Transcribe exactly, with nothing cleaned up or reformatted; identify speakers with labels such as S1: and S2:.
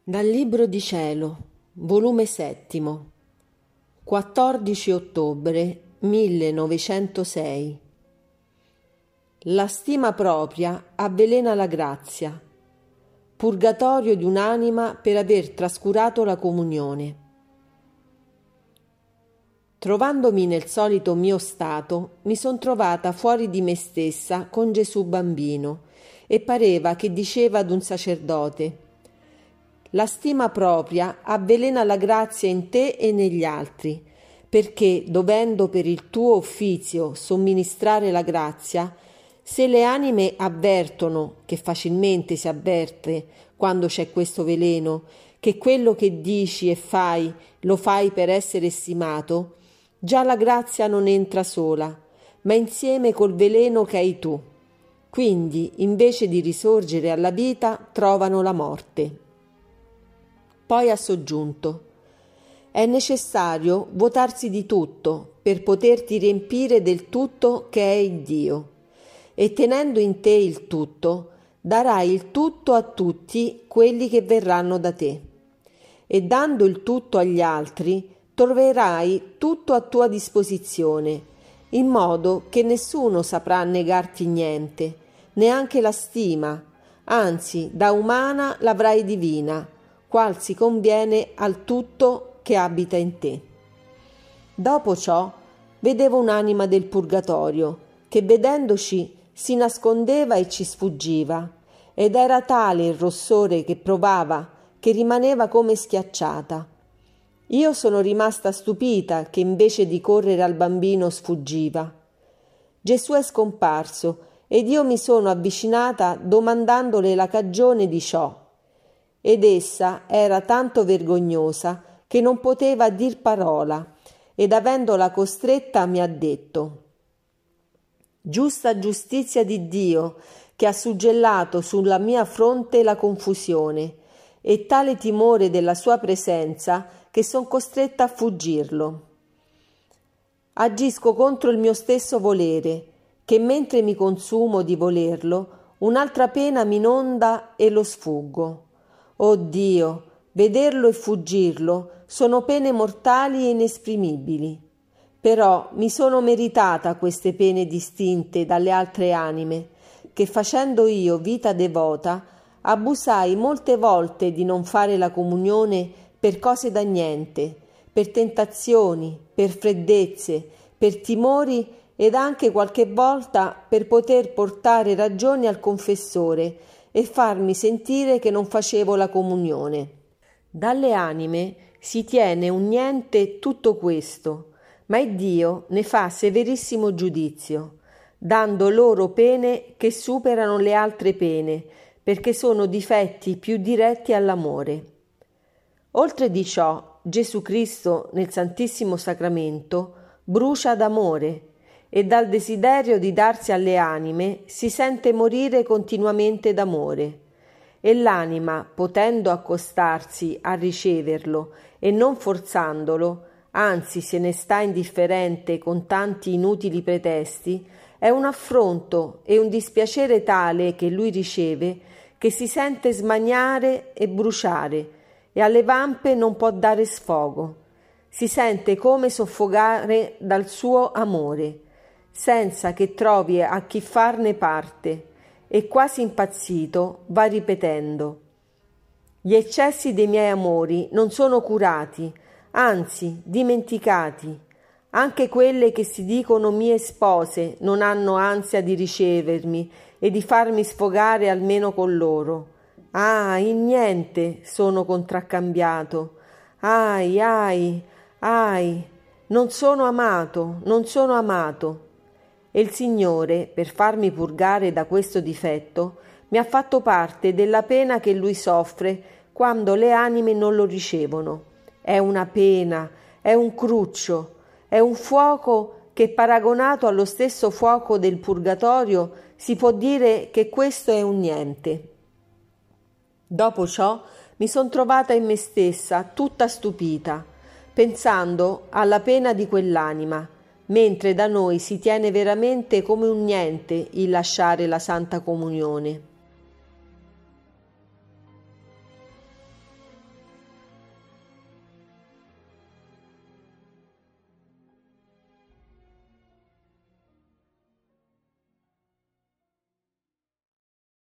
S1: Dal Libro di Cielo, volume settimo, quattordici ottobre millenovecentosei. La stima propria avvelena la grazia. Purgatorio di un'anima per aver trascurato la comunione. Trovandomi nel solito mio stato, mi son trovata fuori di me stessa con Gesù bambino, e pareva che diceva ad un sacerdote: la stima propria avvelena la grazia in te e negli altri, perché, dovendo per il tuo uffizio somministrare la grazia, se le anime avvertono, che facilmente si avverte quando c'è questo veleno, che quello che dici e fai lo fai per essere stimato, già la grazia non entra sola, ma insieme col veleno che hai tu. Quindi, invece di risorgere alla vita, trovano la morte. Poi ha soggiunto: è necessario vuotarsi di tutto per poterti riempire del tutto che è il Dio, e tenendo in te il tutto, darai il tutto a tutti quelli che verranno da te, e dando il tutto agli altri, troverai tutto a tua disposizione, in modo che nessuno saprà negarti niente, neanche la stima, anzi da umana l'avrai divina, qual si conviene al tutto che abita in te. Dopo ciò vedevo un'anima del purgatorio che, vedendoci, si nascondeva e ci sfuggiva, ed era tale il rossore che provava che rimaneva come schiacciata. Io sono rimasta stupita che invece di correre al bambino sfuggiva. Gesù è scomparso ed io mi sono avvicinata domandandole la cagione di ciò. Ed essa era tanto vergognosa che non poteva dir parola, ed avendola costretta mi ha detto: giusta giustizia di Dio, che ha suggellato sulla mia fronte la confusione, e tale timore della sua presenza che son costretta a fuggirlo. Agisco contro il mio stesso volere, che mentre mi consumo di volerlo, un'altra pena mi inonda e lo sfuggo. Oh Dio, vederlo e fuggirlo sono pene mortali e inesprimibili. Però mi sono meritata queste pene distinte dalle altre anime, che facendo io vita devota, abusai molte volte di non fare la comunione per cose da niente, per tentazioni, per freddezze, per timori ed anche qualche volta per poter portare ragioni al confessore e farmi sentire che non facevo la comunione. Dalle anime si tiene un niente tutto questo, ma Dio ne fa severissimo giudizio, dando loro pene che superano le altre pene, perché sono difetti più diretti all'amore. Oltre di ciò, Gesù Cristo nel Santissimo Sacramento brucia d'amore, e dal desiderio di darsi alle anime si sente morire continuamente d'amore, e l'anima, potendo accostarsi a riceverlo e non forzandolo, anzi se ne sta indifferente con tanti inutili pretesti, è un affronto e un dispiacere tale che lui riceve che si sente smaniare e bruciare, e alle vampe non può dare sfogo. Si sente come soffocare dal suo amore, senza che trovi a chi farne parte, e quasi impazzito va ripetendo: gli eccessi dei miei amori non sono curati, anzi dimenticati. Anche quelle che si dicono mie spose non hanno ansia di ricevermi e di farmi sfogare almeno con loro. Ah, in niente sono contraccambiato. Ahi, ahi, ahi, non sono amato, non sono amato. E il Signore, per farmi purgare da questo difetto, mi ha fatto parte della pena che Lui soffre quando le anime non lo ricevono. È una pena, è un cruccio, è un fuoco che, paragonato allo stesso fuoco del purgatorio, si può dire che questo è un niente. Dopo ciò mi son trovata in me stessa tutta stupita, pensando alla pena di quell'anima, mentre da noi si tiene veramente come un niente il lasciare la Santa Comunione.